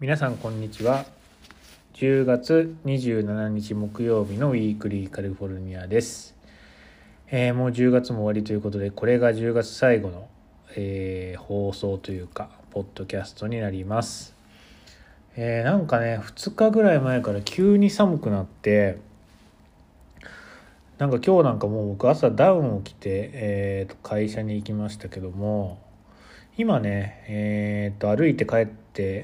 皆さんこんにちは。10月27日木曜日のウィークリーカリフォルニアです。もう10月も終わりということで、これが10月最後の、放送というかポッドキャストになります。なんかね2日ぐらい前から急に寒くなって、なんか今日なんかもう僕朝ダウンを着て、会社に行きましたけども、今ね歩いて帰って、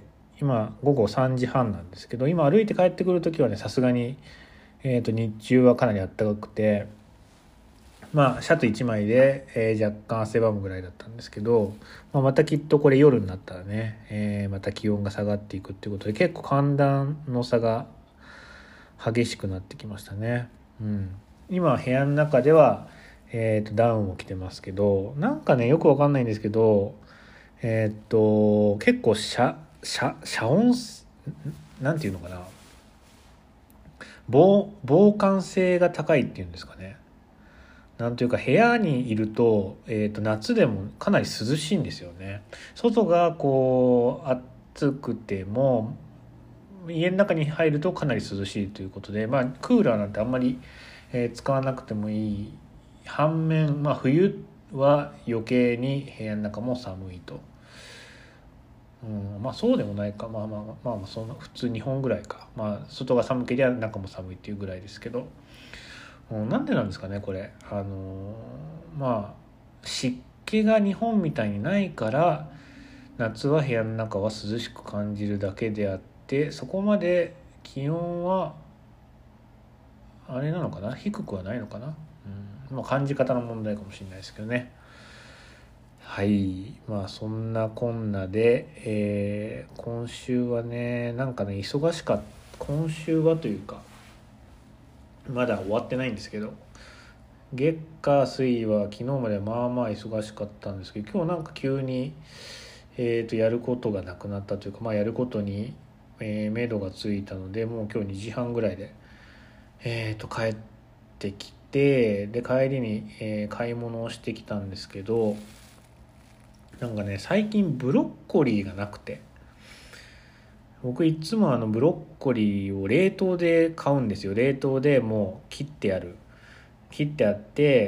今午後3時半なんですけど、今歩いて帰ってくる時はねさすがに、日中はかなり暖かくて、まあシャツ1枚で、若干汗ばむぐらいだったんですけど、またきっとこれ夜になったらね、また気温が下がっていくっていうことで、結構寒暖の差が激しくなってきましたね。今部屋の中では、ダウンを着てますけど、なんかねよくわかんないんですけど、結構遮音なんていうのかな、防寒性が高いっていうんですかね。なんというか部屋にいると、夏でもかなり涼しいんですよね。外がこう暑くても家の中に入るとかなり涼しいということで、クーラーなんてあんまり、使わなくてもいい反面、冬は余計に部屋の中も寒いと。そうでもないか、その普通日本ぐらいか、外が寒ければ中も寒いっていうぐらいですけど、なんでなんですかねこれ。湿気が日本みたいにないから夏は部屋の中は涼しく感じるだけであって、そこまで気温はあれなのかな、低くはないのかな。感じ方の問題かもしれないですけどね。はい、そんなこんなで、今週はねなんかね忙しかった。今週はというかまだ終わってないんですけど、月火水は昨日までまあまあ忙しかったんですけど、今日なんか急に、やることがなくなったというか、やることに、目処がついたので、もう今日2時半ぐらいで、帰ってきて、で帰りに、買い物をしてきたんですけど、なんかね最近ブロッコリーがなくて、僕いつもブロッコリーを冷凍で買うんですよ。冷凍でもう切ってあって、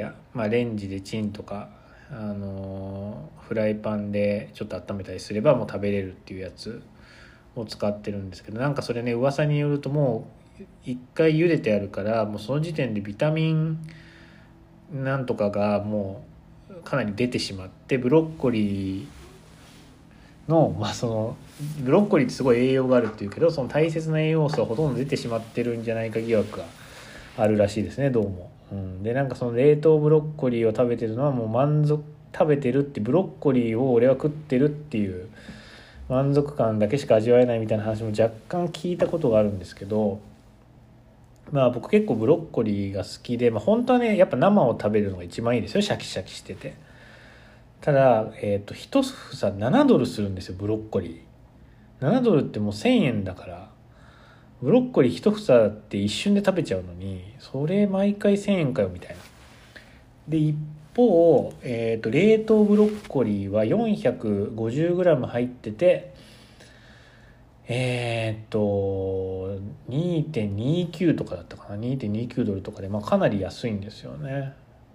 レンジでチンとか、フライパンでちょっと温めたりすればもう食べれるっていうやつを使ってるんですけど、なんかそれね噂によるともう一回茹でてあるから、もうその時点でビタミンなんとかがもうかなり出てしまって、ブロッコリーの、そのブロッコリーってすごい栄養があるっていうけど、その大切な栄養素はほとんど出てしまってるんじゃないか疑惑があるらしいですね、どうも。でなんかその冷凍ブロッコリーを食べてるのはもう食べてるって、ブロッコリーを俺は食ってるっていう満足感だけしか味わえないみたいな話も若干聞いたことがあるんですけど、僕結構ブロッコリーが好きで、本当はねやっぱ生を食べるのが一番いいですよ、シャキシャキしてて。ただ、1房7ドルするんですよブロッコリー。7ドルってもう1000円だから、ブロッコリー1房って一瞬で食べちゃうのに、それ毎回1000円かよみたいな。で一方、冷凍ブロッコリーは 450g 入ってて、2.29 とかだったかな、2.29 ドルとかで、かなり安いんですよね。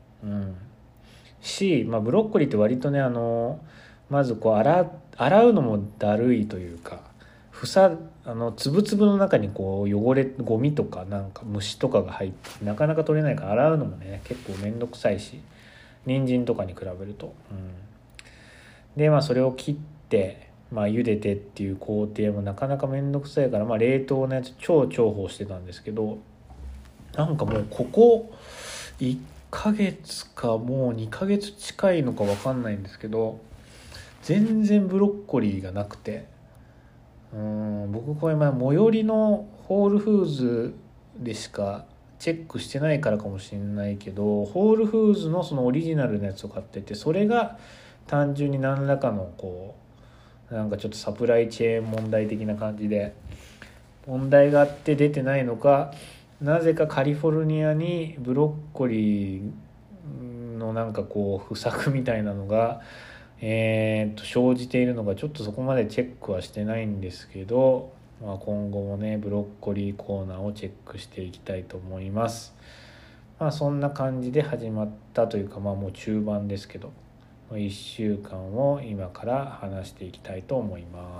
ブロッコリーって割とねまずこう洗うのもだるいというか、つぶつぶの中にこうゴミとかなんか虫とかが入ってなかなか取れないから、洗うのもね結構めんどくさいし、人参とかに比べると。でそれを切って茹でてっていう工程もなかなかめんどくさいから、冷凍のやつ超重宝してたんですけど、なんかもうここ1ヶ月かもう2ヶ月近いのか分かんないんですけど、全然ブロッコリーがなくて、僕これ最寄りのホールフーズでしかチェックしてないからかもしれないけど、ホールフーズのそのオリジナルのやつを買ってて、それが単純に何らかのなんかちょっとサプライチェーン問題的な感じで問題があって出てないのか、なぜかカリフォルニアにブロッコリーのなんか不作みたいなのが生じているのかちょっとそこまでチェックはしてないんですけど、今後もねブロッコリーコーナーをチェックしていきたいと思います。そんな感じで始まったというか、もう中盤ですけど1週間を今から話していきたいと思います。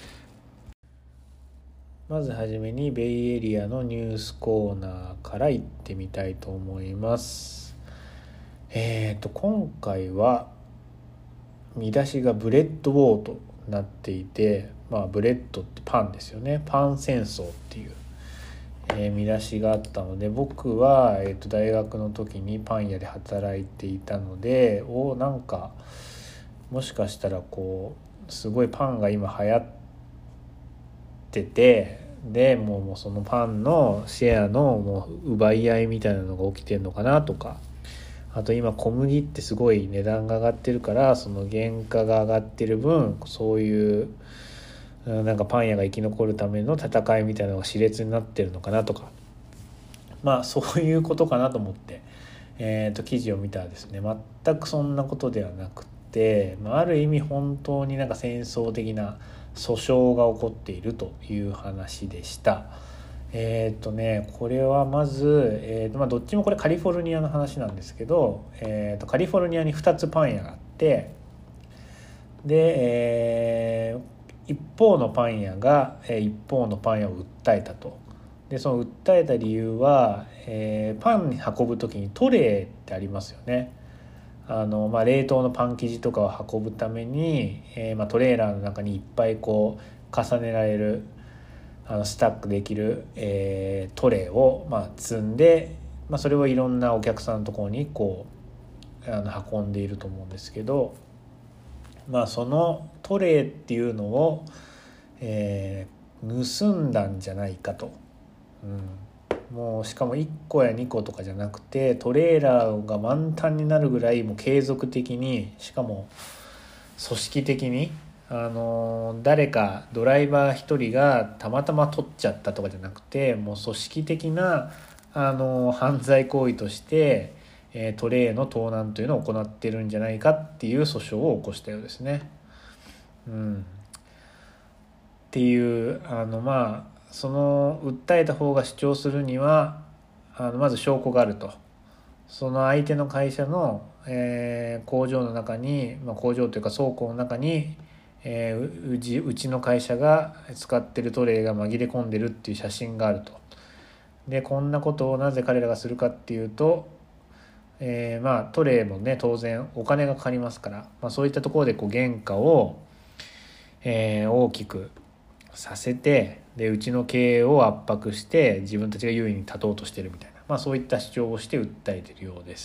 まずはじめにベイエリアのニュースコーナーから行ってみたいと思います。今回は見出しがブレッドウォーとなっていて、ブレッドってパンですよね。パン戦争っていう、見出しがあったので、僕は、大学の時にパン屋で働いていたので、なんかもしかしたらすごいパンが今流行ってて、でもうそのパンのシェアのもう奪い合いみたいなのが起きてるのかなとか、あと今小麦ってすごい値段が上がってるから、その原価が上がってる分そういうなんかパン屋が生き残るための戦いみたいなのが熾烈になってるのかなとか、そういうことかなと思って、記事を見たらですね、全くそんなことではなくて、ある意味本当になんか戦争的な訴訟が起こっているという話でした。これはまず、どっちもこれカリフォルニアの話なんですけど、カリフォルニアに2つパン屋があって、で、一方のパン屋が、一方のパン屋を訴えたと。でその訴えた理由は、パンに運ぶ時にトレーってありますよね。冷凍のパン生地とかを運ぶために、トレーラーの中にいっぱい重ねられるスタックできる、トレーを積んで、それをいろんなお客さんのところに運んでいると思うんですけど、そのトレーっていうのを、盗んだんじゃないかと、もうしかも1個や2個とかじゃなくてトレーラーが満タンになるぐらいもう継続的に、しかも組織的に誰かドライバー一人がたまたま取っちゃったとかじゃなくて、もう組織的な犯罪行為として、トレーの盗難というのを行っているんじゃないかっていう訴訟を起こしたようですね。っていうその訴えた方が主張するにはまず証拠があると。その相手の会社の、工場の中に、工場というか倉庫の中に、うちの会社が使ってるトレイが紛れ込んでるっていう写真があると。でこんなことをなぜ彼らがするかっていうと、トレイもね当然お金がかかりますから、そういったところで原価を、大きくさせて、でうちの経営を圧迫して自分たちが優位に立とうとしてるみたいな、そういった主張をして訴えているようです。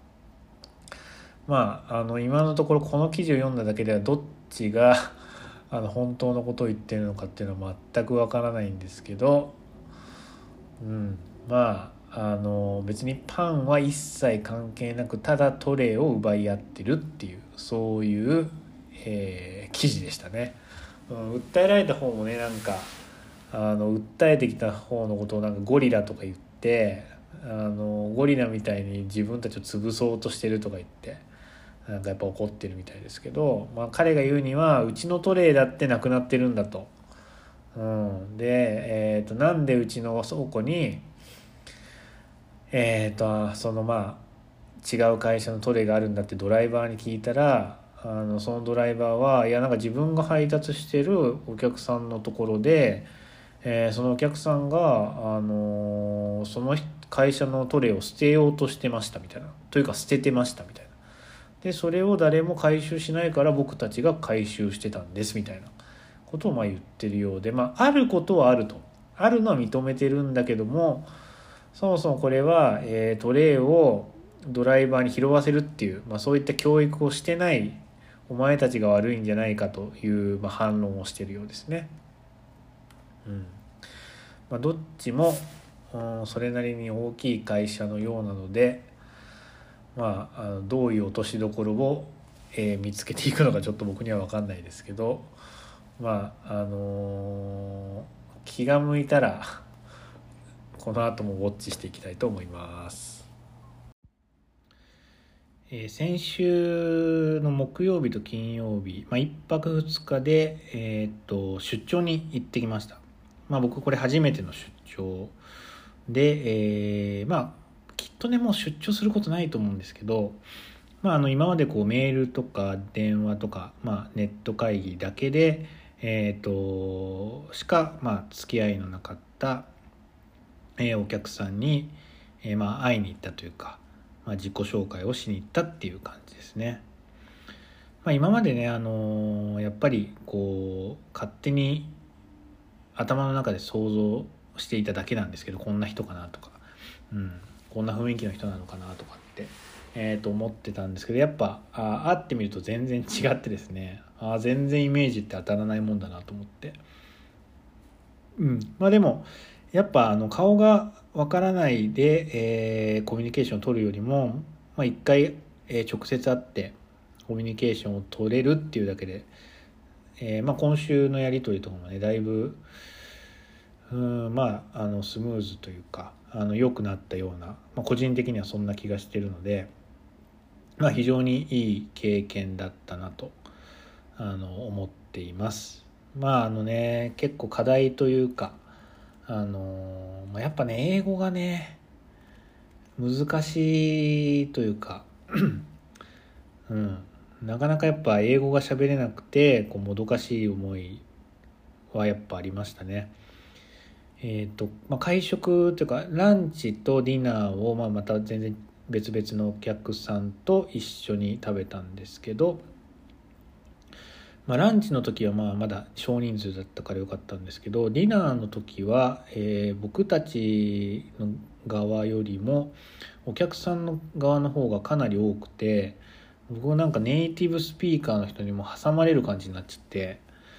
今のところこの記事を読んだだけではどっちが本当のことを言ってるのかっていうのは全くわからないんですけど、別にパンは一切関係なくただトレイを奪い合ってるっていう、そういう、記事でしたね。訴えられた方もね、なんか訴えてきた方のことをなんかゴリラとか言って、ゴリラみたいに自分たちを潰そうとしてるとか言ってなんかやっぱ怒ってるみたいですけど、彼が言うにはうちのトレイだってなくなってるんだと。で、なんでうちの倉庫にその違う会社のトレイがあるんだってドライバーに聞いたら、そのドライバーはいやなんか自分が配達してるお客さんのところで、そのお客さんが、その会社のトレイを捨てようとしてましたみたいな、というか捨ててましたみたいな。でそれを誰も回収しないから僕たちが回収してたんですみたいなことを言ってるようで、あることはあると、あるのは認めてるんだけども、そもそもこれは、トレイをドライバーに拾わせるっていう、そういった教育をしてないお前たちが悪いんじゃないかという、反論をしているようですね。どっちも、それなりに大きい会社のようなので、どういう落としどころを、見つけていくのかちょっと僕には分かんないですけど、気が向いたらこの後もウォッチしていきたいと思います。 先週の木曜日と金曜日、1泊2日で、出張に行ってきました。僕これ初めての出張で、きっとねもう出張することないと思うんですけど、今までこうメールとか電話とか、ネット会議だけで、しか、付き合いのなかった、お客さんに、会いに行ったというか、自己紹介をしに行ったっていう感じですね。今までね、やっぱりこう勝手に頭の中で想像していただけなんですけど、こんな人かなとか、こんな雰囲気の人なのかなとかって、思ってたんですけど、やっぱ会ってみると全然違ってですね、全然イメージって当たらないもんだなと思って、でもやっぱ顔がわからないで、コミュニケーションを取るよりも、一回、直接会ってコミュニケーションを取れるっていうだけで、今週のやり取りとかもねだいぶスムーズというか良くなったような、個人的にはそんな気がしているので、非常にいい経験だったなと思っています。結構課題というかやっぱね英語がね難しいというかなかなかやっぱ英語が喋れなくてこうもどかしい思いはやっぱありましたね。会食というかランチとディナーを、また全然別々のお客さんと一緒に食べたんですけど、ランチの時はまだ少人数だったからよかったんですけど、ディナーの時は、僕たちの側よりもお客さんの側の方がかなり多くて、僕はなんかネイティブスピーカーの人にも挟まれる感じになっちゃって、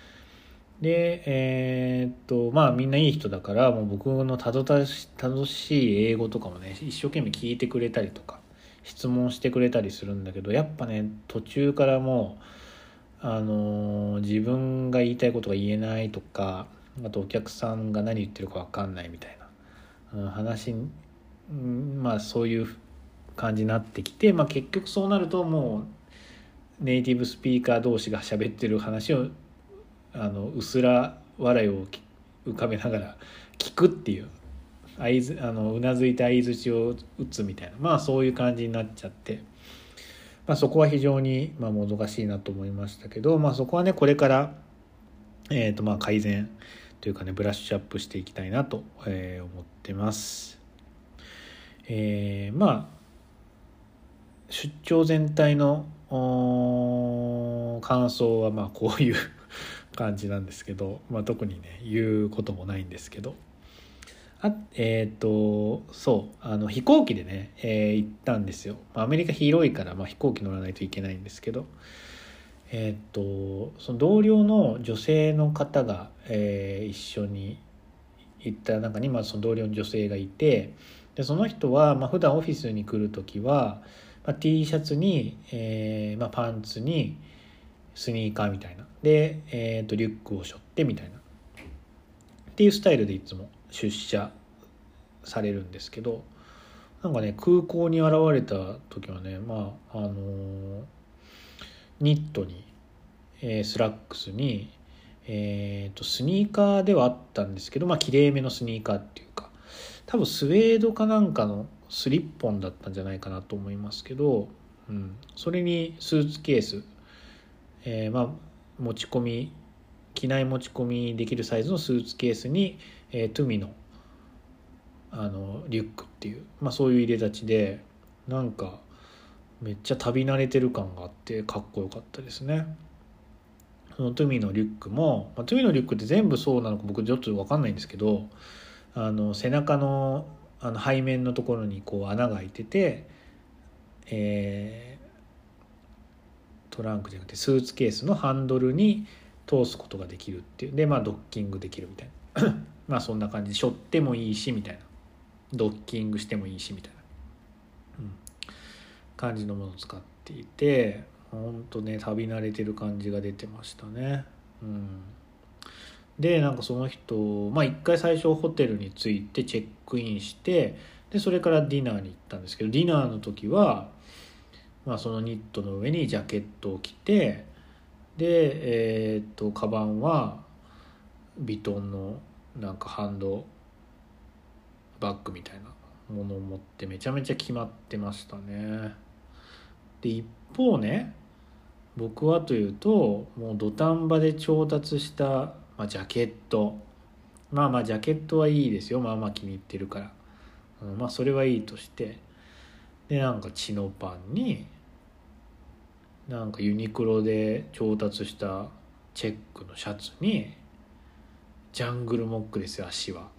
でみんないい人だからもう僕のたどしい英語とかもね一生懸命聞いてくれたりとか質問してくれたりするんだけど、やっぱね途中からもう自分が言いたいことが言えないとか、あとお客さんが何言ってるか分かんないみたいな、話、そういう感じになってきて、結局そうなるともうネイティブスピーカー同士が喋ってる話をうすら笑いを浮かべながら聞くっていううなずいて相槌を打つみたいな、そういう感じになっちゃって、そこは非常にもどかしいなと思いましたけど、そこはねこれから、改善というかねブラッシュアップしていきたいなと、思ってます。出張全体の感想はこういう感じなんですけど、特にね言うこともないんですけど、そう飛行機でね、行ったんですよ。アメリカ広いから、飛行機乗らないといけないんですけど、その同僚の女性の方が、一緒に行った中に、その同僚の女性がいて、でその人は、普段オフィスに来る時は、T シャツに、パンツにスニーカーみたいなで、リュックを背負ってみたいなっていうスタイルでいつも出社されるんですけど、なんかね空港に現れた時はねニットに、スラックスに、スニーカーではあったんですけど、きれいめのスニーカーっていうか多分スウェードかなんかのスリッポンだったんじゃないかなと思いますけど、それにスーツケース、持ち込み機内持ち込みできるサイズのスーツケースに、トゥミのリュックっていう、そういう入れ立ちでなんかめっちゃ旅慣れてる感があってかっこよかったですね。そのトゥミのリュックも、トゥミのリュックって全部そうなのか僕ちょっと分かんないんですけど、背中の背面のところにこう穴が開いてて、トランクじゃなくてスーツケースのハンドルに通すことができるっていうで、ドッキングできるみたいなそんな感じで背負ってもいいしみたいな、ドッキングしてもいいしみたいな、感じのものを使っていて、ほんとね旅慣れてる感じが出てましたね。でなんかその人一回最初ホテルに着いてチェックインして、でそれからディナーに行ったんですけど、ディナーの時はそのニットの上にジャケットを着て、でカバンはヴィトンのなんかハンドバッグみたいなものを持ってめちゃめちゃ決まってましたね。で一方ね、僕はというともう土壇場で調達した、ジャケット、ジャケットはいいですよ、気に入ってるから、それはいいとして、でなんかチノパンになんかユニクロで調達したチェックのシャツにジャングルモックですよ、足は。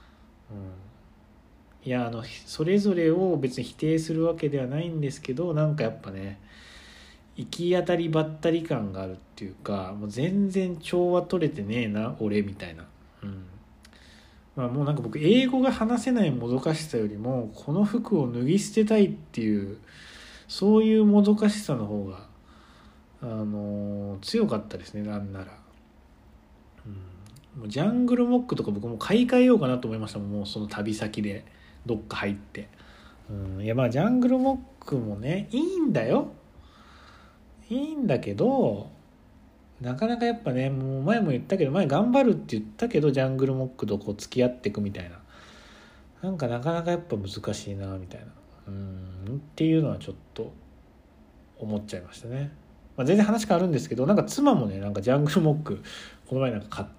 いやそれぞれを別に否定するわけではないんですけど、なんかやっぱね行き当たりばったり感があるっていうか、もう全然調和取れてねえな俺みたいな。もうなんか僕英語が話せないもどかしさよりもこの服を脱ぎ捨てたいっていう、そういうもどかしさの方が強かったですね。なんなら、もうジャングルモックとか僕も買い替えようかなと思いました。もうその旅先でどっか入って、いやジャングルモックもねいいんだよ、いいんだけど、なかなかやっぱね、もう前も言ったけど、前頑張るって言ったけどジャングルモックとこう付き合っていくみたいな、なんかなかなかやっぱ難しいなみたいなっていうのはちょっと思っちゃいましたね。全然話変わるんですけど、なんか妻もねなんかジャングルモックこの前なんか買って、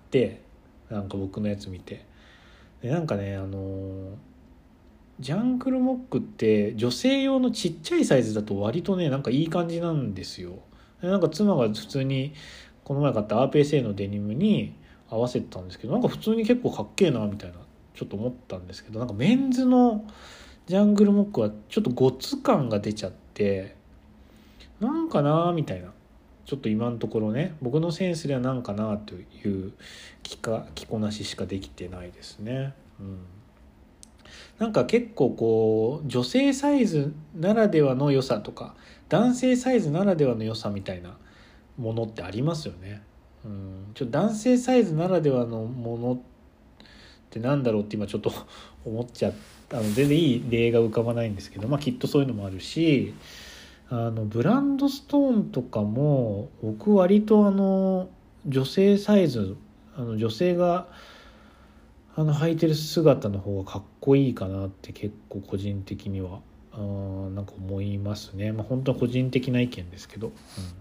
なんか僕のやつ見て、でなんかねジャングルモックって女性用のちっちゃいサイズだと割とねなんかいい感じなんですよ。でなんか妻が普通にこの前買った RPSA のデニムに合わせてたんですけど、なんか普通に結構かっけえなみたいなちょっと思ったんですけど、なんかメンズのジャングルモックはちょっとごつ感が出ちゃって、なんかなみたいな、ちょっと今のところね僕のセンスではなんかなという着こなししかできてないですね。なんか結構こう女性サイズならではの良さとか男性サイズならではの良さみたいなものってありますよね。男性サイズならではのものってなんだろうって今ちょっと思っちゃった。全然いい例が浮かばないんですけど、きっとそういうのもあるし、ブランドストーンとかも僕割と女性サイズ、女性が履いてる姿の方がかっこいいかなって結構個人的にはなんか思いますね。本当は個人的な意見ですけど、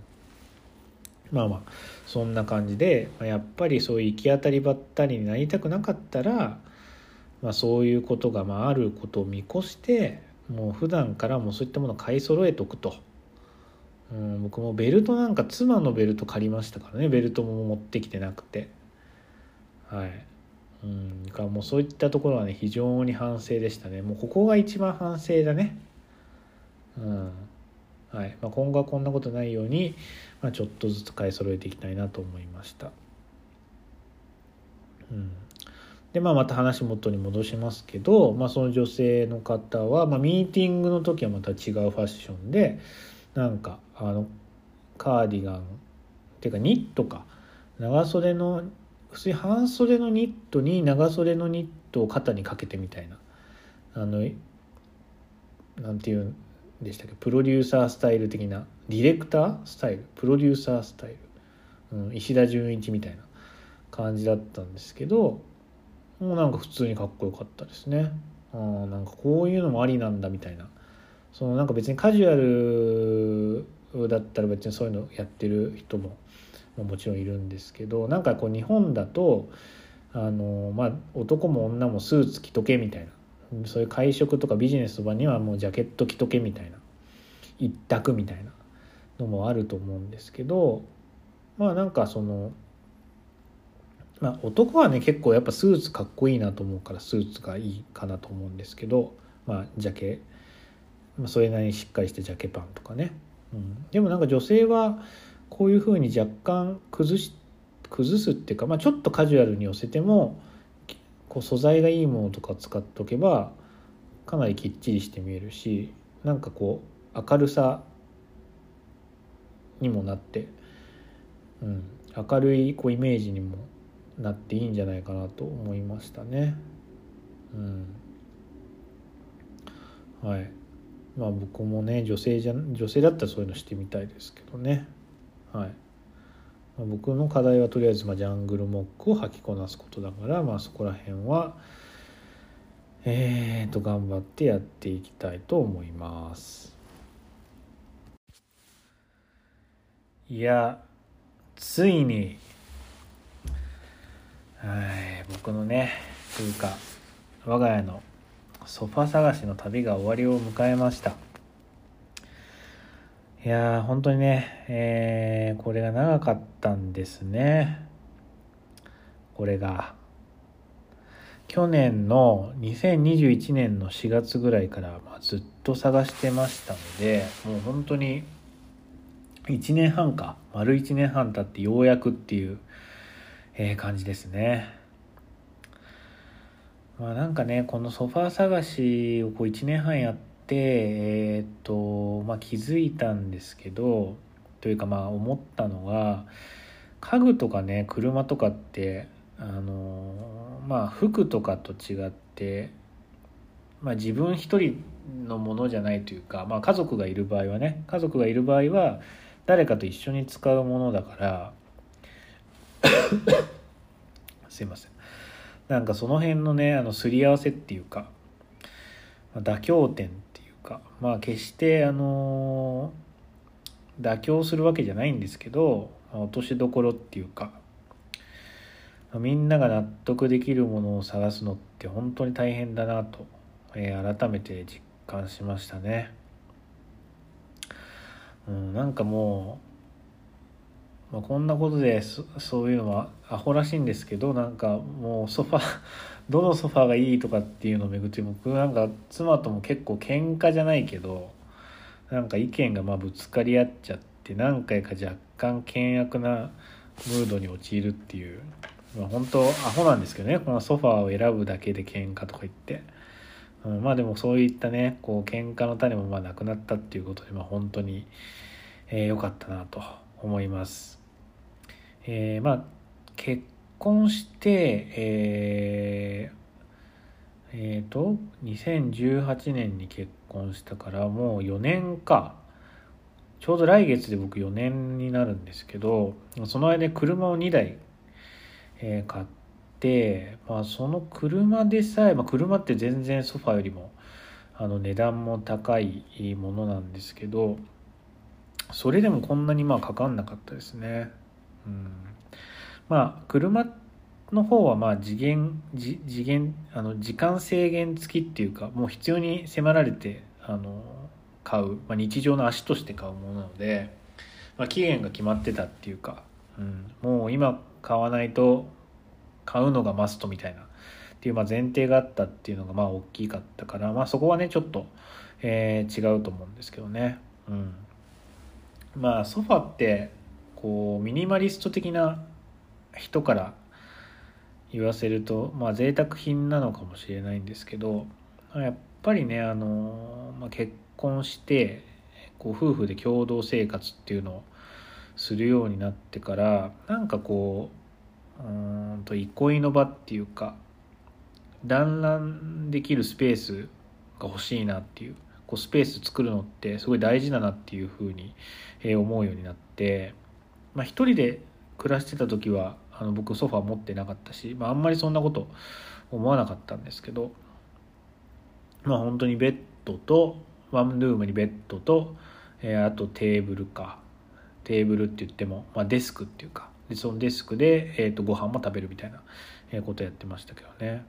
そんな感じで、やっぱりそういう行き当たりばったりになりたくなかったら、そういうことがあることを見越してもう普段からもうそういったものを買い揃えておくと。僕もベルトなんか妻のベルト借りましたからね。ベルトも持ってきてなくて、だからもうそういったところはね非常に反省でしたね。もうここが一番反省だね。今後はこんなことないように、ちょっとずつ買い揃えていきたいなと思いました。でまた話元に戻しますけど、その女性の方は、ミーティングの時はまた違うファッションで、なんかカーディガンっていうかニットか、長袖の普通に半袖のニットに長袖のニットを肩にかけてみたいな、なんていうんでしたっけ、プロデューサースタイル的な、ディレクタースタイル、プロデューサースタイル、石田純一みたいな感じだったんですけど、もうなんか普通にかっこよかったですね。なんかこういうのもありなんだみたいな、なんか別にカジュアルだったら別にそういうのやってる人ももちろんいるんですけど、なんかこう日本だと男も女もスーツ着とけみたいな、そういう会食とかビジネスとかにはもうジャケット着とけみたいな、一択みたいなのもあると思うんですけど、なんか男はね結構やっぱスーツかっこいいなと思うからスーツがいいかなと思うんですけど、ジャケ、それなりにしっかりしてジャケパンとかね、でもなんか女性はこういう風に若干崩すっていうか、ちょっとカジュアルに寄せてもこう素材がいいものとか使っておけばかなりきっちりして見えるし、なんかこう明るさにもなって、明るいこうイメージにもなっていいんじゃないかなと思いましたね。 僕もね女性だったらそういうのしてみたいですけどね。はい。僕の課題はとりあえずジャングルモックを履きこなすことだから、そこら辺は頑張ってやっていきたいと思います。いや、ついに僕のねというか我が家のソファ探しの旅が終わりを迎えました。いやー本当にね、これが長かったんですね。これが去年の2021年の4月ぐらいから、ずっと探してましたので、もう本当に1年半か丸1年半経ってようやくっていう、感じですね。なんかねこのソファー探しを1年半やって、気づいたんですけど、というか思ったのが、家具とかね車とかって服とかと違って、自分一人のものじゃないというか、家族がいる場合は誰かと一緒に使うものだからすいません、なんかその辺のねすり合わせっていうか、妥協点っていうか、決して妥協するわけじゃないんですけど、落としどころっていうか、みんなが納得できるものを探すのって本当に大変だなと、改めて実感しましたね。なんかもう、こんなことでそういうのはアホらしいんですけど、なんかもうどのソファーがいいとかっていうのをめぐって、僕なんか妻とも結構喧嘩じゃないけど、なんか意見がぶつかり合っちゃって、何回か若干険悪なムードに陥るっていう、本当アホなんですけどね、このソファーを選ぶだけで喧嘩とか言って、でもそういったねこう喧嘩の種もなくなったっていうことで、本当に良かったなと思います。結婚して、2018年に結婚したからもう4年か。ちょうど来月で僕4年になるんですけど、その間に車を2台、買って、その車でさえ、車って全然ソファよりも値段も高いものなんですけど、それでもこんなにかかんなかったですね。車の方は時間制限付きっていうか、もう必要に迫られて買う、日常の足として買うものなので、期限が決まってたっていうか、もう今買わないと買うのがマストみたいなっていう前提があったっていうのが大きかったから、そこはねちょっと、違うと思うんですけどね。ソファってこうミニマリスト的な人から言わせると贅沢品なのかもしれないんですけど、やっぱりね結婚してこう夫婦で共同生活っていうのをするようになってから、なんかこう憩いの場っていうか、団らんできるスペースが欲しいなっていう、スペース作るのってすごい大事だなっていうふうに思うようになって、一人で暮らしてた時は僕ソファー持ってなかったし、あんまりそんなこと思わなかったんですけど、本当にベッドとワンルームにベッドと、あとテーブルって言っても、デスクっていうか、でそのデスクで、ご飯も食べるみたいなことやってましたけどね。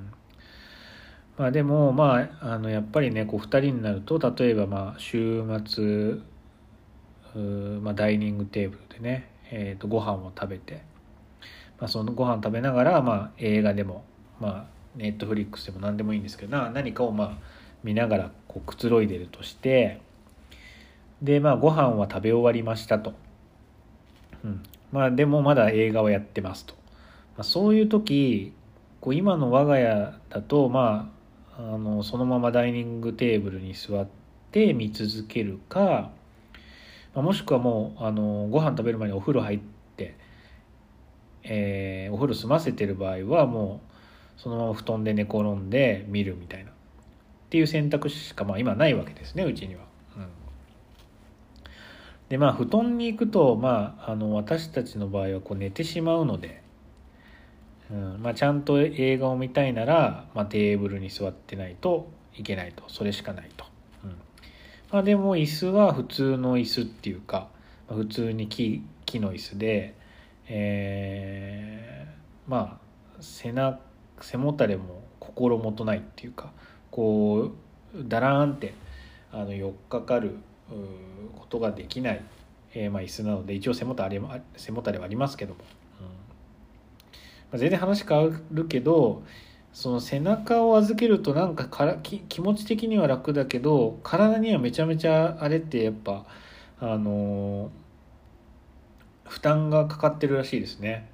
でもやっぱりねこう2人になると、例えば週末ダイニングテーブルでね、ご飯を食べて、そのご飯食べながら、映画でも、ネットフリックスでも何でもいいんですけど、何かを見ながらこうくつろいでるとして、でご飯は食べ終わりましたと、でもまだ映画をやってますと、そういう時こう今の我が家だとそのままダイニングテーブルに座って見続けるか、もしくはもうご飯食べる前にお風呂入って、お風呂済ませてる場合はもうそのまま布団で寝転んで見るみたいな、 っていう選択肢しか今ないわけですね、うちには。で布団に行くと、私たちの場合は寝てしまうので、ちゃんと映画を見たいなら、テーブルに座ってないといけないと、それしかないと。でも椅子は普通の椅子っていうか、普通に木の椅子で、背もたれも心もとないっていうか、だらーんって寄っかかることができない、椅子なので、一応背もたれはありますけども、全然話変わるけど、その背中を預けると気持ち的には楽だけど、体にはめちゃめちゃあれってやっぱ負担がかかってるらしいですね。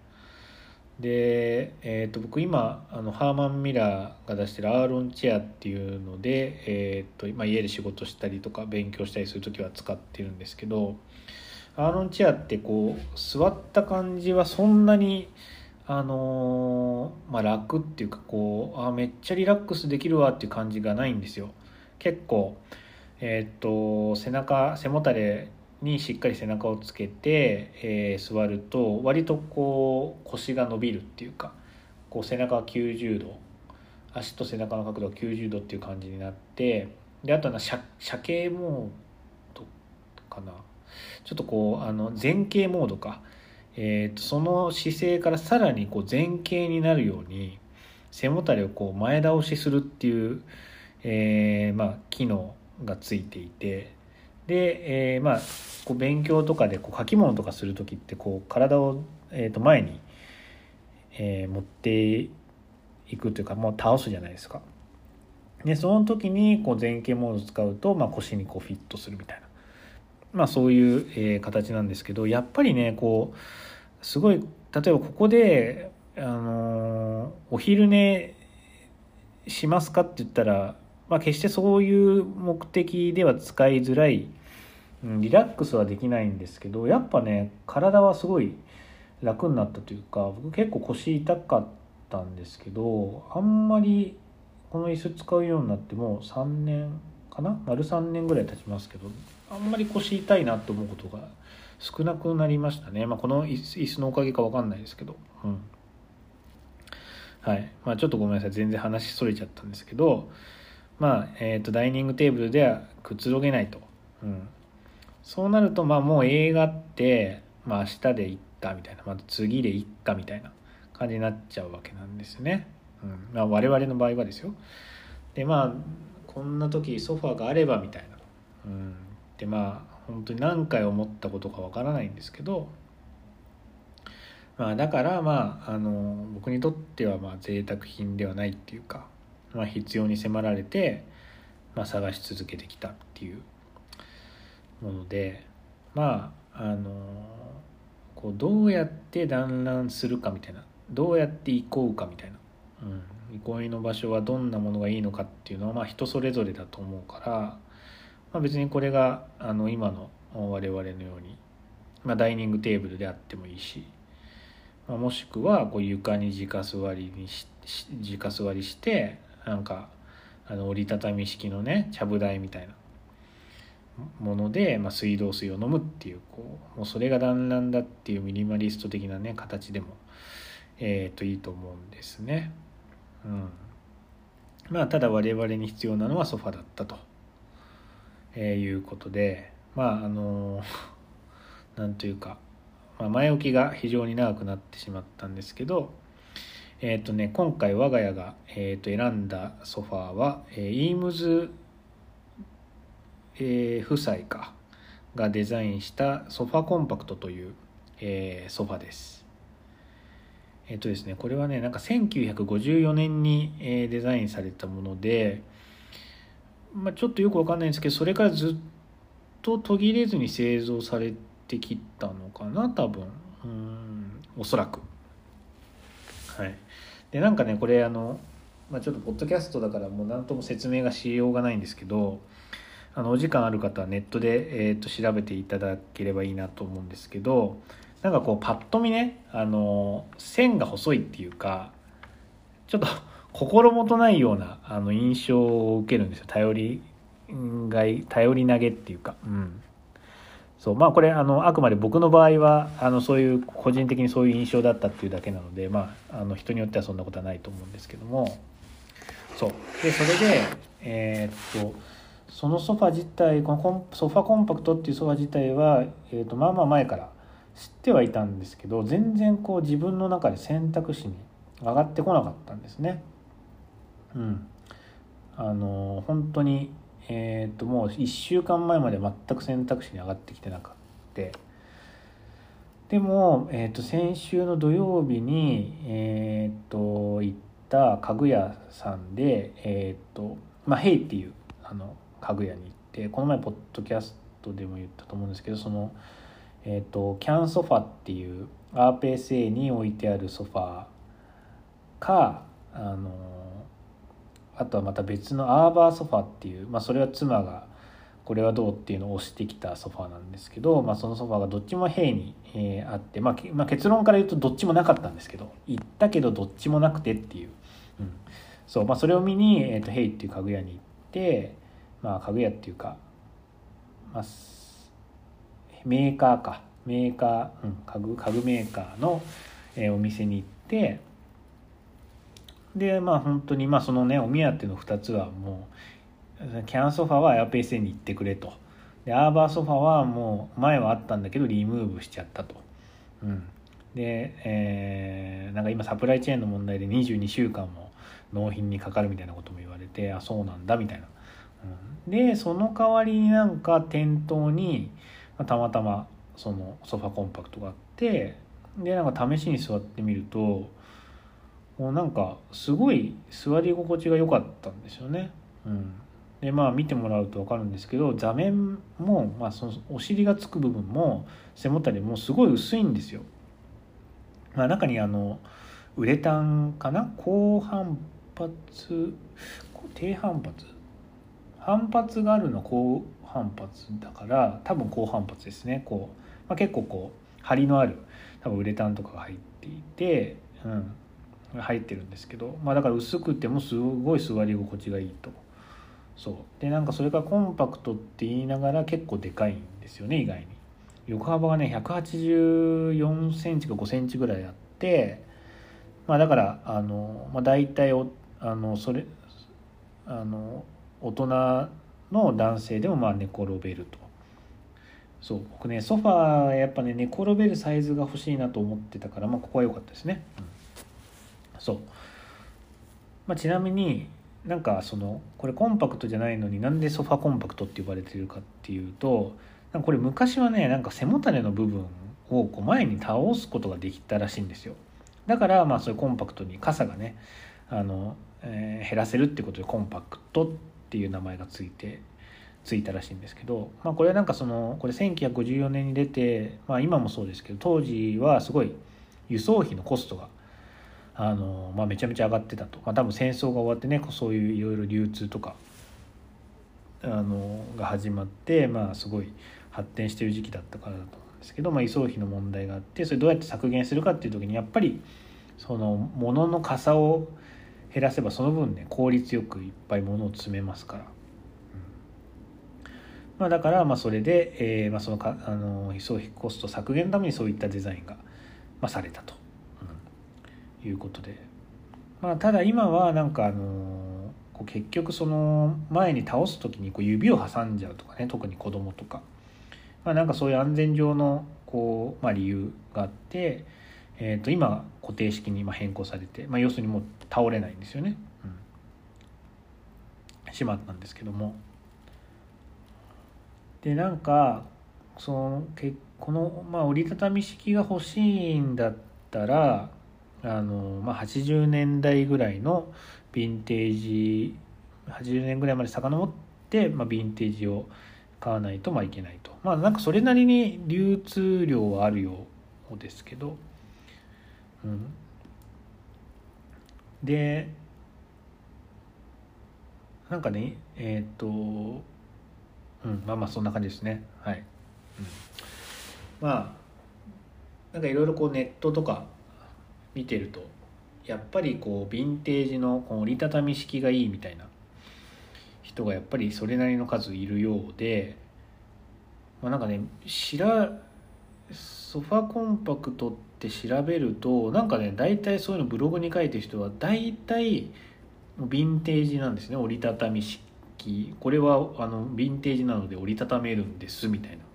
で、僕今ハーマン・ミラーが出してるアーロンチェアっていうので、家で仕事したりとか勉強したりするときは使ってるんですけど、アーロンチェアって座った感じはそんなに楽っていうかめっちゃリラックスできるわっていう感じがないんですよ。結構背もたれにしっかり背中をつけて、座ると割と腰が伸びるっていうか、背中が90度、足と背中の角度が90度っていう感じになって、であとは斜傾モードかな、ちょっと前傾モードか、その姿勢からさらに前傾になるように背もたれを前倒しするっていう、機能がついていて、で、勉強とかで書き物とかする時って体を、前に、持っていくというか、もう倒すじゃないですか。でその時に前傾モードを使うと、腰にフィットするみたいな、そういう、形なんですけど、やっぱりねすごい、例えばここで、お昼寝しますかって言ったら、決してそういう目的では使いづらい、リラックスはできないんですけど、やっぱね体はすごい楽になったというか、僕結構腰痛かったんですけど、あんまりこの椅子使うようになってもう3年かな、丸3年ぐらい経ちますけど、あんまり腰痛いなと思うことが少なくなりましたね。この椅子のおかげか分かんないですけど、はい。ちょっとごめんなさい、全然話それちゃったんですけど、ダイニングテーブルではくつろげないと、そうなるともう映画って、明日でいっかみたいな、次でいっかみたいな感じになっちゃうわけなんですね。我々の場合はですよ。でこんな時ソファーがあればみたいな、で本当に何回思ったことかわからないんですけど、だから僕にとっては贅沢品ではないっていうか、必要に迫られて、探し続けてきたっていうもので、どうやって団らんするかみたいな、どうやって行こうかみたいな、憩いの場所はどんなものがいいのかっていうのは人それぞれだと思うから、別にこれが今の我々のように、ダイニングテーブルであってもいいし、もしくは床に直座りして折りたたみ式のねちゃぶ台みたいなもので、水道水を飲むっていうもうそれが団らんだっていうミニマリスト的なね形でも、いいと思うんですね。ただ我々に必要なのはソファだったと、いうことで、なんというか、前置きが非常に長くなってしまったんですけど、今回我が家が、選んだソファーは、イームズ、夫妻がデザインしたソファコンパクトという、ソファです。ですね、これはね1954年に、デザインされたもので、ちょっとよくわかんないんですけど、それからずっと途切れずに製造されてきたのかな、多分、おそらく。はい。でこれちょっとポッドキャストだからもう何とも説明がしようがないんですけど、お時間ある方はネットで、調べていただければいいなと思うんですけど、パッと見ね線が細いっていうか、ちょっと心もとないような印象を受けるんですよ。頼り投げっていうか、そうまあこれあくまで僕の場合はそういう個人的にそういう印象だったっていうだけなので、人によってはそんなことはないと思うんですけども、そうでそれでそのソファ自体、このソファコンパクトっていうソファ自体は、まあまあ前から知ってはいたんですけど、全然こう自分の中で選択肢に上がってこなかったんですね。本当にもう1週間前まで全く選択肢に上がってきてなかった。でも、先週の土曜日に、行った家具屋さんでヘイっていう家具屋に行って、この前ポッドキャストでも言ったと思うんですけど、そのキャンソファっていうアーペース A に置いてあるソファか、あとはまた別のアーバーソファっていう、それは妻がこれはどうっていうのを押してきたソファなんですけど、そのソファがどっちも塀に、あって、結論から言うとどっちもなかったんですけど、行ったけどどっちもなくてっていう、それを見に、塀っていう家具屋に行って、家具屋っていうか、メーカーかメーカー、家具メーカーの、お店に行って、で本当にそのねお目当ての2つはもうキャンソファはエアペース A に行ってくれと、でアーバーソファはもう前はあったんだけどリムーブしちゃったと、で、なんか今サプライチェーンの問題で22週間も納品にかかるみたいなことも言われて、あそうなんだみたいな、でその代わりになんか店頭にたまたまそのソファコンパクトがあって、でなんか試しに座ってみるともうなんかすごい座り心地が良かったんですよね。で見てもらうと分かるんですけど、座面も、そのお尻がつく部分も背もたれもすごい薄いんですよ。中にウレタンかな、高反発低反発反発があるの高反発だから多分高反発ですね。結構張りのある多分ウレタンとかが入っていて、入ってるんですけど、だから薄くてもすごい座り心地がいいと。そうでなんかそれがコンパクトって言いながら結構でかいんですよね。意外に横幅がね184センチか5センチぐらいあって、だから大体それ大人の男性でも寝転べると。そう僕ねソファーやっぱね寝転べるサイズが欲しいなと思ってたから、ここは良かったですね。そう、ちなみになんかこれコンパクトじゃないのになんでソファコンパクトって呼ばれてるかっていうと、なんかこれ昔はねなんか背もたれの部分を前に倒すことができたらしいんですよ。だからそういうコンパクトに傘がね減らせるってことでコンパクトっていう名前がついたらしいんですけど、これはなんかこれ1954年に出て、今もそうですけど当時はすごい輸送費のコストがめちゃめちゃ上がってたと、多分戦争が終わってねそういういろいろ流通とかが始まって、すごい発展してる時期だったからだと思うんですけど、輸送費の問題があって、それどうやって削減するかっていう時にやっぱりその物の傘を減らせばその分ね効率よくいっぱい物を詰めますから、だからそれで、その輸送費コスト削減のためにそういったデザインが、されたと、いうことで、ただ今はなんか結局その前に倒す時に指を挟んじゃうとかね、特に子供とか、なんかそういう安全上の理由があって、今固定式に変更されて、要するにもう倒れないんですよね、しまったんですけども、でなんかこの、折りたたみ式が欲しいんだったら80年代ぐらいのヴィンテージ80年ぐらいまで遡って、ヴィンテージを買わないといけないと。なんかそれなりに流通量はあるようですけど、でなんかねそんな感じですね。はい、なんかいろいろネットとか見てるとやっぱりこうヴィンテージのこの折りたたみ式がいいみたいな人がやっぱりそれなりの数いるようで、なんかねソファコンパクトって調べるとなんかね大体そういうのブログに書いてる人は大体ヴィンテージなんですね。折りたたみ式、これはヴィンテージなので折りたためるんですみたいな、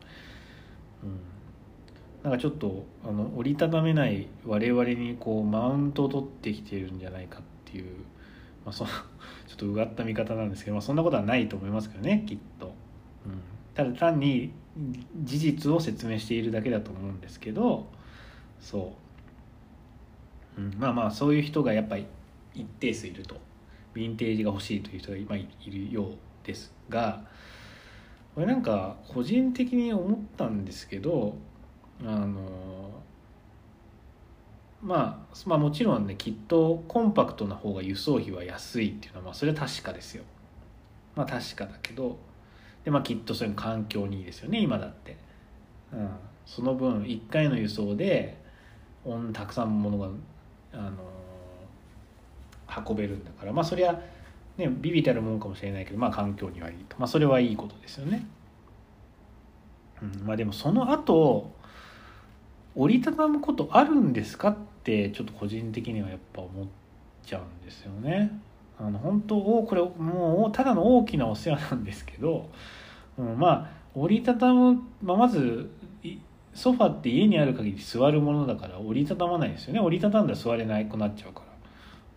なんかちょっと折りたためない我々にこうマウントを取ってきてるんじゃないかっていう、ちょっとうがった見方なんですけど、そんなことはないと思いますけどねきっと、ただ単に事実を説明しているだけだと思うんですけど、そう、そういう人がやっぱり一定数いると、ヴィンテージが欲しいという人が今いるようですが、これなんか個人的に思ったんですけど、もちろんねきっとコンパクトな方が輸送費は安いっていうのはそれは確かですよ。確かだけどで、きっとそれも環境にいいですよね今だって、その分1回の輸送でたくさんものが、運べるんだから、それはね微々たるもんかもしれないけど、環境にはいいと、それはいいことですよね。でもその後折りたたむことあるんですかってちょっと個人的にはやっぱ思っちゃうんですよね。本当これもうただの大きなお世話なんですけど、折りたたむ、まずソファって家にある限り座るものだから折りたたまないですよね。折りたたんだら座れなくなっちゃうから、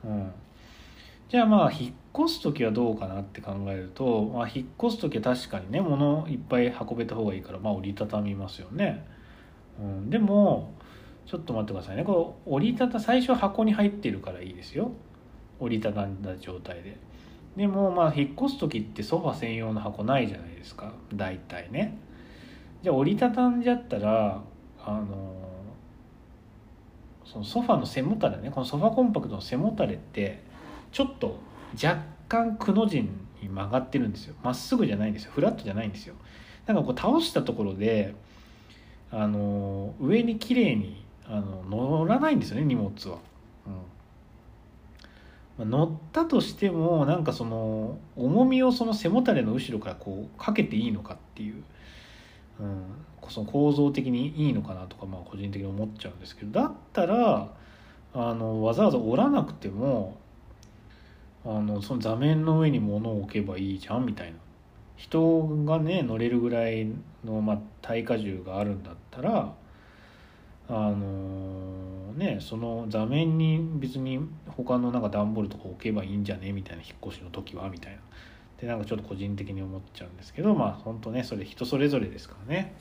じゃあ引っ越す時はどうかなって考えると、引っ越す時は確かにね物いっぱい運べた方がいいから折りたたみますよね。でもちょっと待ってくださいね。これ折りたた最初箱に入ってるからいいですよ、折りたたんだ状態で。でも引っ越す時ってソファ専用の箱ないじゃないですか大体ね。じゃあ折りたたんじゃったらそのソファの背もたれね、このソファコンパクトの背もたれってちょっと若干くの字に曲がってるんですよ。まっすぐじゃないんですよ、フラットじゃないんですよ。なんかこう倒したところで上に綺麗に乗らないんですよね荷物は、乗ったとしてもなんかその重みをその背もたれの後ろからこうかけていいのかっていう、その構造的にいいのかなとか個人的に思っちゃうんですけど、だったらわざわざ折らなくてもその座面の上に物を置けばいいじゃんみたいな、人がね乗れるぐらいの、耐荷重があるんだったらその座面に別に他のなんか段ボールとか置けばいいんじゃねみたいな、引っ越しの時はみたいなでなんかちょっと個人的に思っちゃうんですけど、本当ねそれ人それぞれですからね、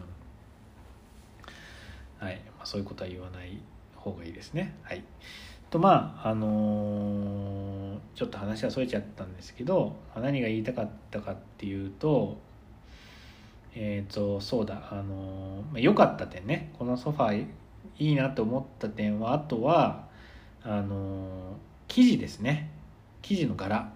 はい、そういうことは言わない方がいいですね。はい。とちょっと話はそれちゃったんですけど、何が言いたかったかっていうと、そうだ良かった点ね、このソファいいなと思った点は、あとは生地ですね。生地の柄、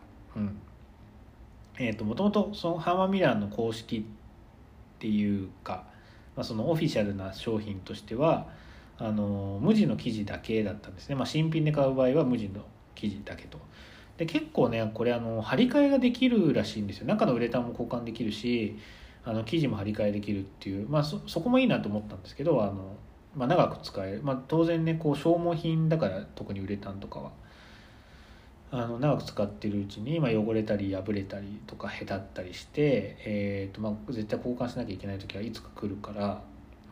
もともとそのハーマンミラーの公式っていうか、そのオフィシャルな商品としては無地の生地だけだったんですね。新品で買う場合は無地の生地だけと。で結構ねこれ張り替えができるらしいんですよ。中のウレタンも交換できるし生地も張り替えできるっていう、そこもいいなと思ったんですけど長く使える、当然ねこう消耗品だから、特にウレタンとかは長く使ってるうちに汚れたり破れたりとかへたったりして、絶対交換しなきゃいけない時はいつか来るから、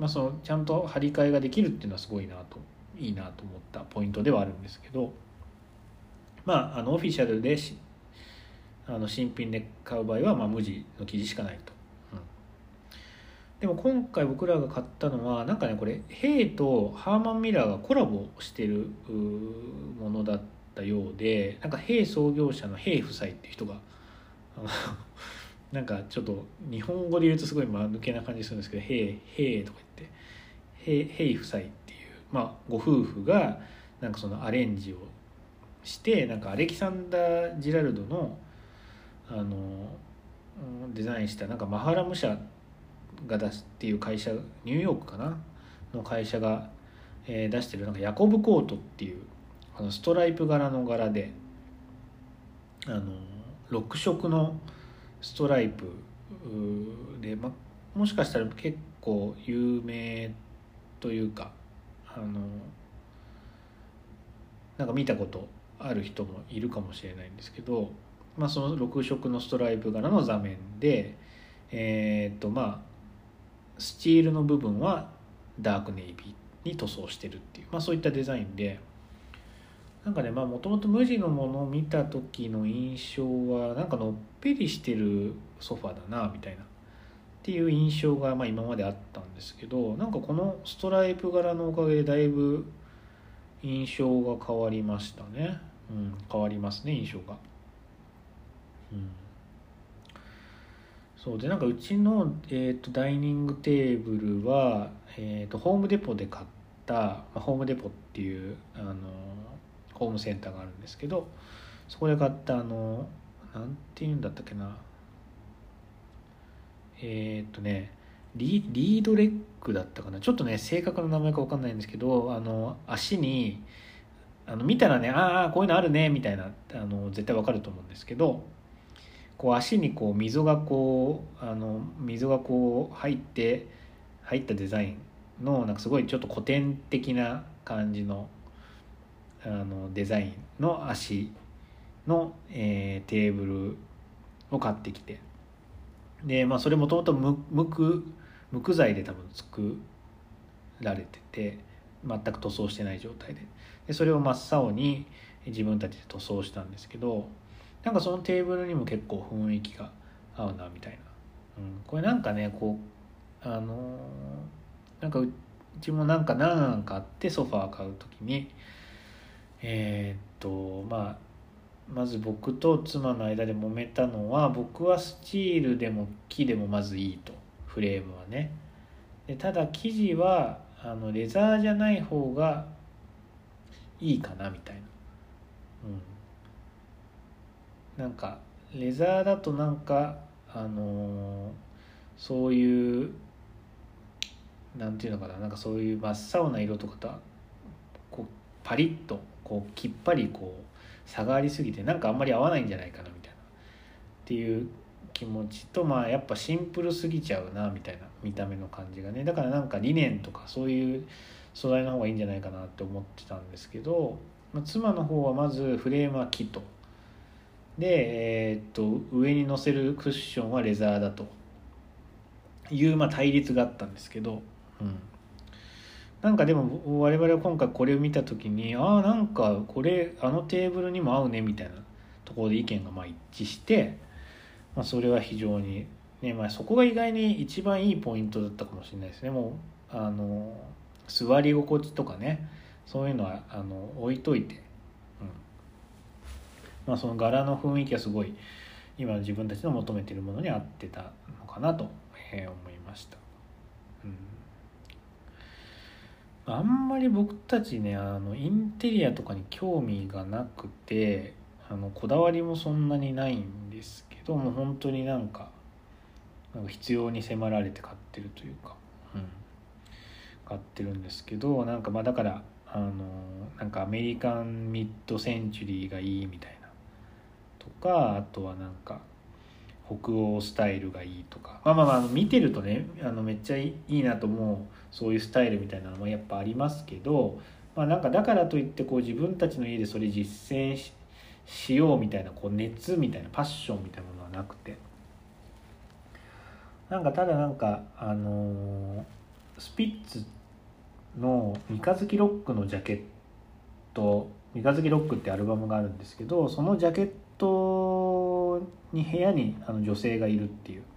そのちゃんと張り替えができるっていうのはすごいいいなと思ったポイントではあるんですけど、オフィシャルで新品で買う場合は無地の生地しかないと。でも今回僕らが買ったのはなんかねこれヘイとハーマンミラーがコラボしてるものだったようで、なんかヘイ創業者のヘイ夫妻っていう人がなんかちょっと日本語で言うとすごい間抜けな感じするんですけど、ヘイとか言ってヘイ夫妻っていうご夫婦がなんかそのアレンジをしてなんかアレキサンダー・ジラルドのデザインしたなんかマハラム社が出すっていう会社、ニューヨークかなの会社が、出してるなんかヤコブコートっていうストライプ柄の柄で6色のストライプで、もしかしたら結構有名というかなんか見たことある人もいるかもしれないんですけど、その6色のストライプ柄の座面でスチールの部分はダークネイビーに塗装してるっていう、そういったデザインで、なんかねもともと無地のものを見た時の印象はなんかのっぺりしてるソファだなみたいなっていう印象が今まであったんですけど、なんかこのストライプ柄のおかげでだいぶ印象が変わりましたね。変わりますね、印象が。そうで、なんかうちの、ダイニングテーブルは、ホームデポで買った、ホームデポっていうホームセンターがあるんですけど、そこで買ったなんていうんだったっけな、リードレッグだったかな、ちょっとね正確な名前か分かんないんですけど、足に見たらね、こういうのあるねみたいな絶対分かると思うんですけど、こう足にこう溝がこう入ったデザインのなんかすごいちょっと古典的な感じのデザインの足の、テーブルを買ってきて、でそれもともと無垢材で多分作られてて全く塗装してない状態でそれを真っ青に自分たちで塗装したんですけど、なんかそのテーブルにも結構雰囲気が合うなみたいな、これなんかねこうなんかうちもなんか何かあってソファー買うときにまず僕と妻の間で揉めたのは、僕はスチールでも木でもまずいいと、フレームはね。でただ生地はレザーじゃない方がいいかなみたいな、なんかレザーだとなんかそういうなんていうのかな、なんかそういう真っ青な色とかとこうパリッとこうきっぱりこう差がありすぎてなんかあんまり合わないんじゃないかなみたいなっていう気持ちと、やっぱシンプルすぎちゃうなみたいな見た目の感じがね、だからなんかリネンとかそういう素材の方がいいんじゃないかなって思ってたんですけど、妻の方はまずフレームは木とで、上に乗せるクッションはレザーだという対立があったんですけど、なんかでも我々は今回これを見た時になんかこれテーブルにも合うねみたいなところで意見が一致して、それは非常にね、そこが意外に一番いいポイントだったかもしれないですね。もう座り心地とかね、そういうのは置いといて、その柄の雰囲気はすごい今自分たちの求めているものに合ってたのかなと思いました。あんまり僕たちねインテリアとかに興味がなくてこだわりもそんなにないんですけど、もう本当になんか必要に迫られて買ってるというか、買ってるんですけど、なんかだからなんかアメリカンミッドセンチュリーがいいみたいなとか、あとはなんか北欧スタイルがいいとか、見てるとねめっちゃいいなと思うそういうスタイルみたいなのもやっぱありますけど、なんかだからといってこう自分たちの家でそれ実践しようみたいなこう熱みたいなパッションみたいなものはなくて、なんかただなんかスピッツの三日月ロックのジャケット、三日月ロックってアルバムがあるんですけど、そのジャケットに部屋に女性がいるっていう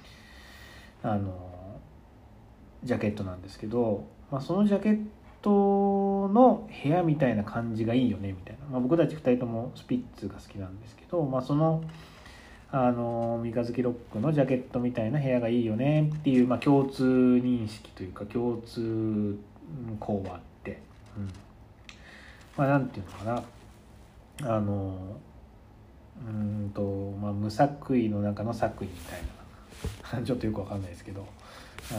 ジャケットなんですけど、そのジャケットの部屋みたいな感じがいいよねみたいな、僕たち2人ともスピッツが好きなんですけど、その三日月ロックのジャケットみたいな部屋がいいよねっていう、共通認識というか共通項はあって、なんていうのかな、無作為の中の作為みたいなちょっとよくわかんないですけど、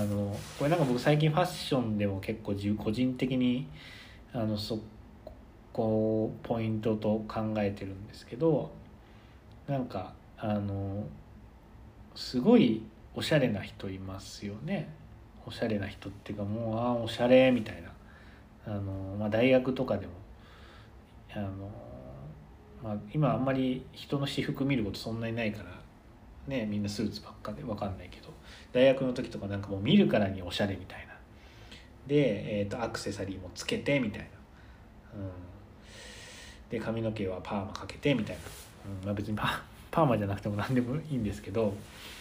これなんか僕最近ファッションでも結構個人的にこうポイントと考えてるんですけど、なんかすごいおしゃれな人いますよね。おしゃれな人っていうか、もうおしゃれみたいな、大学とかでも今あんまり人の私服見ることそんなにないからね、みんなスーツばっかで分かんないけど、大学の時とかなんかもう見るからにおしゃれみたいなで、アクセサリーもつけてみたいな、で髪の毛はパーマかけてみたいな、別にパーマじゃなくても何でもいいんですけど、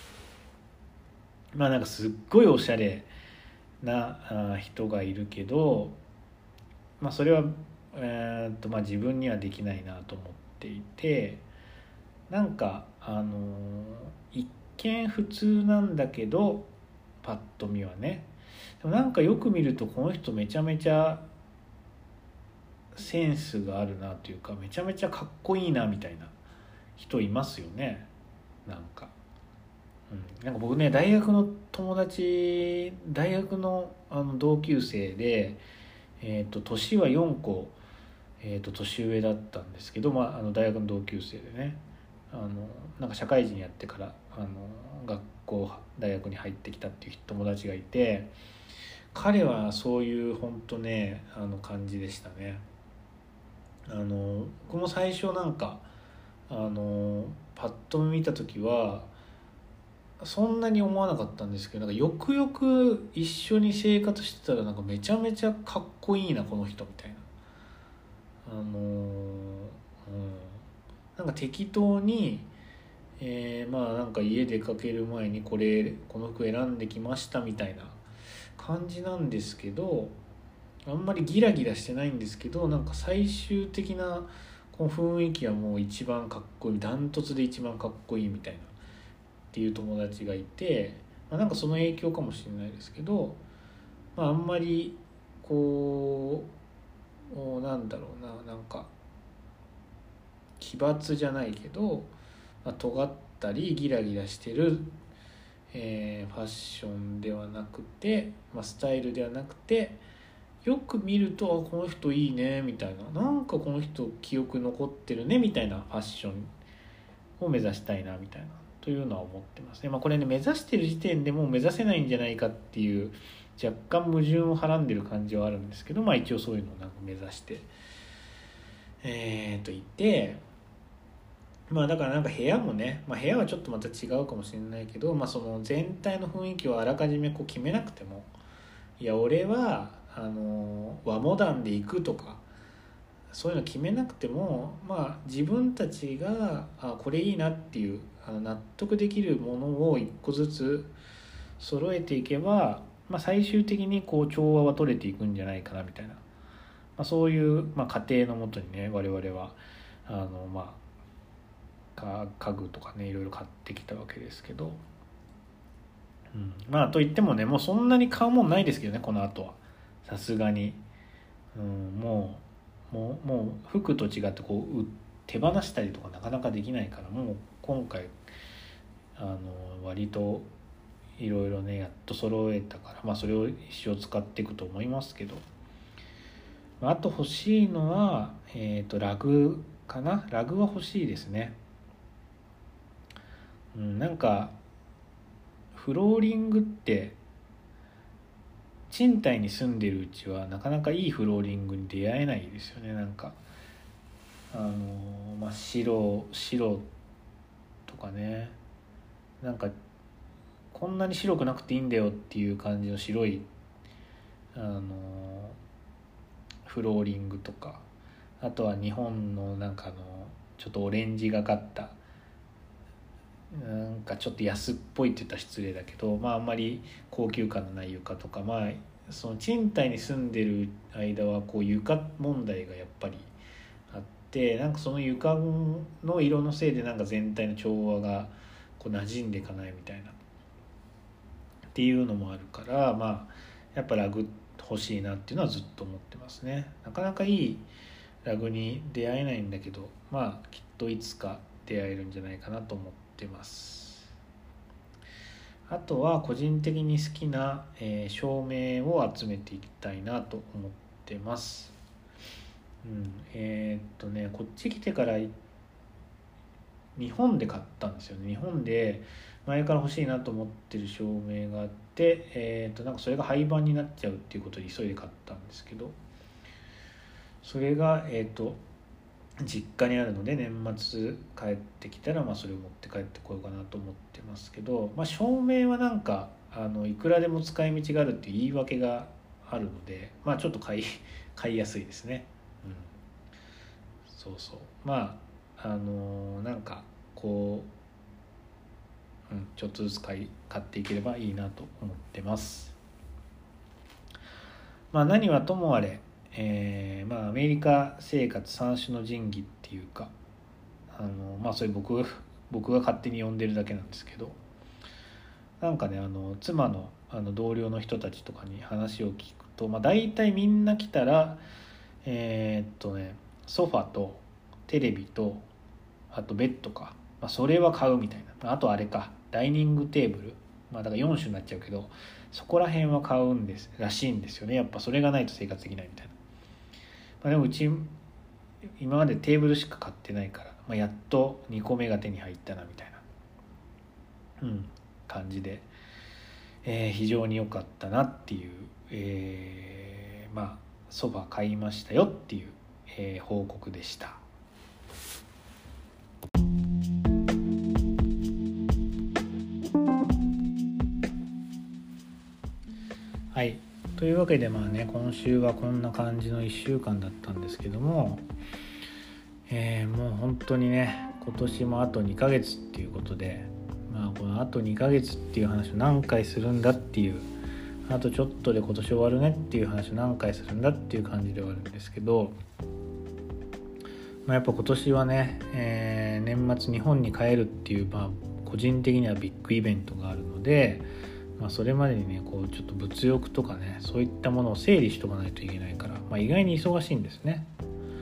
なんかすっごいおしゃれな人がいるけど、それは、自分にはできないなと思っていて、なんか一見普通なんだけどパッと見はね、でもなんかよく見るとこの人めちゃめちゃセンスがあるなというか、めちゃめちゃかっこいいなみたいな人いますよね。なんか僕ね、大学の友達、大学の同級生で、年は4個、年上だったんですけど、大学の同級生でね、なんか社会人やってから学校大学に入ってきたっていう友達がいて、彼はそういう本当ね感じでしたね。僕も最初なんかパッと見た時はそんなに思わなかったんですけど、なんかよくよく一緒に生活してたらなんかめちゃめちゃかっこいいなこの人みたいな、なんか適当に、なんか家出かける前にこの服選んできましたみたいな感じなんですけど、あんまりギラギラしてないんですけど、なんか最終的なこの雰囲気はもう一番かっこいい、ダントツで一番かっこいいみたいなっていう友達がいて、なんかその影響かもしれないですけど、あんまりこうなんだろうな、なんか奇抜じゃないけど、尖ったりギラギラしてる、ファッションではなくて、スタイルではなくて、よく見るとこの人いいねみたいな、なんかこの人記憶残ってるねみたいなファッションを目指したいなみたいなというのは思ってますね。これね、目指してる時点でもう目指せないんじゃないかっていう若干矛盾をはらんでる感じはあるんですけど、一応そういうのをなんか目指していて、だからなんか部屋もね、部屋はちょっとまた違うかもしれないけど、その全体の雰囲気をあらかじめこう決めなくても、いや俺は和モダンで行くとかそういうの決めなくても、自分たちがこれいいなっていう納得できるものを一個ずつ揃えていけば、最終的にこう調和は取れていくんじゃないかなみたいな、そういう、過程のもとにね、我々は家具とかねいろいろ買ってきたわけですけど、といってもね、もうそんなに買うもんないですけどね、この後はさすがに、もう服と違ってこう手放したりとかなかなかできないから、もう今回割といろいろねやっと揃えたから、それを一生使っていくと思いますけど、あと欲しいのはラグかな。ラグは欲しいですね。なんかフローリングって賃貸に住んでるうちはなかなかいいフローリングに出会えないですよね。なんか白とかね、なんかこんなに白くなくていいんだよっていう感じの白いフローリングとか、あとは日本のなんかちょっとオレンジがかったなんかちょっと安っぽいって言ったら失礼だけど、あんまり高級感のない床とか、その賃貸に住んでる間はこう床問題がやっぱりあって、なんかその床の色のせいでなんか全体の調和がこう馴染んでいかないみたいなっていうのもあるから、やっぱラグ欲しいなっていうのはずっと思ってますね。なかなかいいラグに出会えないんだけど、きっといつか出会えるんじゃないかなと思ってます。あとは個人的に好きな、照明を集めていきたいなと思ってます。 こっち来てから日本で買ったんですよね。日本で前から欲しいなと思ってる照明があって、なんかそれが廃盤になっちゃうっていうことで急いで買ったんですけど、それが実家にあるので、年末帰ってきたらそれを持って帰ってこようかなと思ってますけど、照明はなんかいくらでも使い道があるっていう言い訳があるので、ちょっと買いやすいですね。そうそう、なんかこう、ちょっとずつ買っていければいいなと思ってます。何はともあれ、アメリカ生活三種の神器っていうか、それ僕が勝手に呼んでるだけなんですけど、なんかね、妻の同僚の人たちとかに話を聞くと、大体みんな来たらソファとテレビとあとベッドか、それは買うみたいな。あとあれか、ダイニングテーブル、だから4種になっちゃうけど、そこら辺は買うんですらしいんですよね。やっぱそれがないと生活できないみたいな。でもうち今までテーブルしか買ってないから、やっと2個目が手に入ったなみたいな、感じで、非常に良かったなっていう、ソファ買いましたよっていう、報告でした。はい、というわけで今週はこんな感じの1週間だったんですけども、もう本当にね、今年もあと2ヶ月っていうことで、このあと2ヶ月っていう話を何回するんだっていう、あとちょっとで今年終わるねっていう話を何回するんだっていう感じではあるんですけど、やっぱ今年はね、年末日本に帰るっていう、個人的にはビッグイベントがあるので、それまでにねこうちょっと物欲とかね、そういったものを整理しとかないといけないから、意外に忙しいんですね。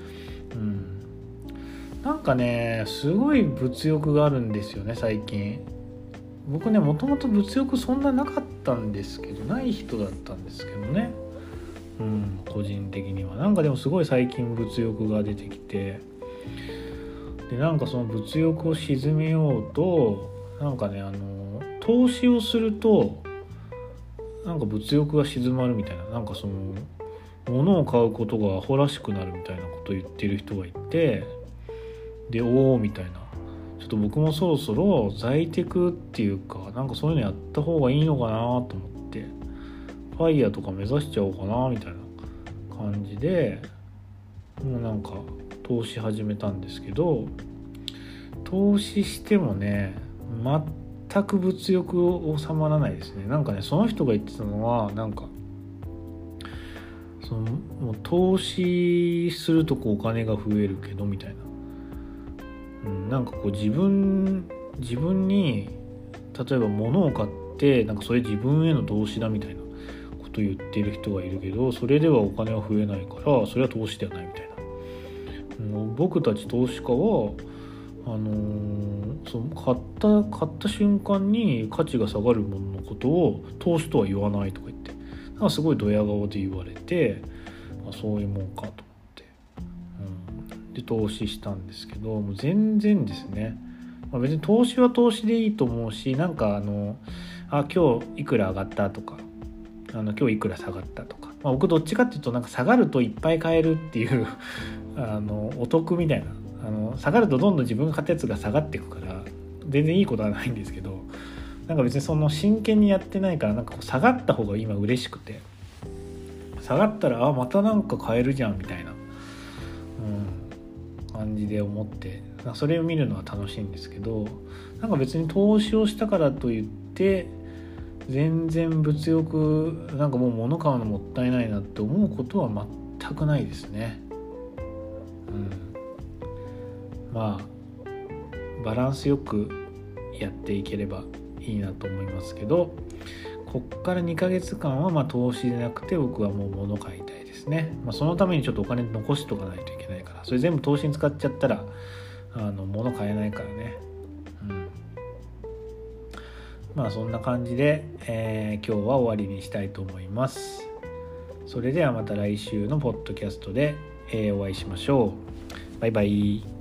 なんかね、すごい物欲があるんですよね最近。僕ね、もともと物欲そんななかったんですけど、ない人だったんですけどね、個人的にはなんかでもすごい最近物欲が出てきて、でなんかその物欲を鎮めようと、なんかね投資をするとなんか物欲が静まるみたいな、なんかその物を買うことがアホらしくなるみたいなことを言ってる人がいて、でおおみたいな、ちょっと僕もそろそろ在テクっていうか、なんかそういうのやった方がいいのかなと思って、ファイヤーとか目指しちゃおうかなみたいな感じで、もうなんか投資始めたんですけど、投資してもね全く物欲収まらないですね。なんかね、その人が言ってたのは、なんかそのもう投資するとお金が増えるけどみたいな、なんかこう自分に例えば物を買って、なんかそれ自分への投資だみたいなことを言っている人がいるけど、それではお金は増えないから、それは投資ではないみたいな。僕たち投資家はその買った瞬間に価値が下がるもののことを投資とは言わないとか言って、なんかすごいドヤ顔で言われて、そういうもんかと思って、で投資したんですけど、もう全然ですね、別に投資は投資でいいと思うし、なんか今日いくら上がったとか、今日いくら下がったとか、僕どっちかっていうとなんか下がるといっぱい買えるっていうお得みたいな、下がるとどんどん自分が買ったやつが下がっていくから全然いいことはないんですけど、なんか別にその真剣にやってないから、なんかこう下がった方が今嬉しくて、下がったらまたなんか買えるじゃんみたいな、感じで思って、それを見るのは楽しいんですけど、なんか別に投資をしたからといって全然物欲、なんかもう物買うのもったいないなって思うことは全くないですね。バランスよくやっていければいいなと思いますけど、こっから2ヶ月間は投資でなくて、僕はもう物買いたいですね。そのためにちょっとお金残しとかないといけないから、それ全部投資に使っちゃったら物買えないからね。そんな感じで、今日は終わりにしたいと思います。それではまた来週のポッドキャストで、 お会いしましょう。バイバイ。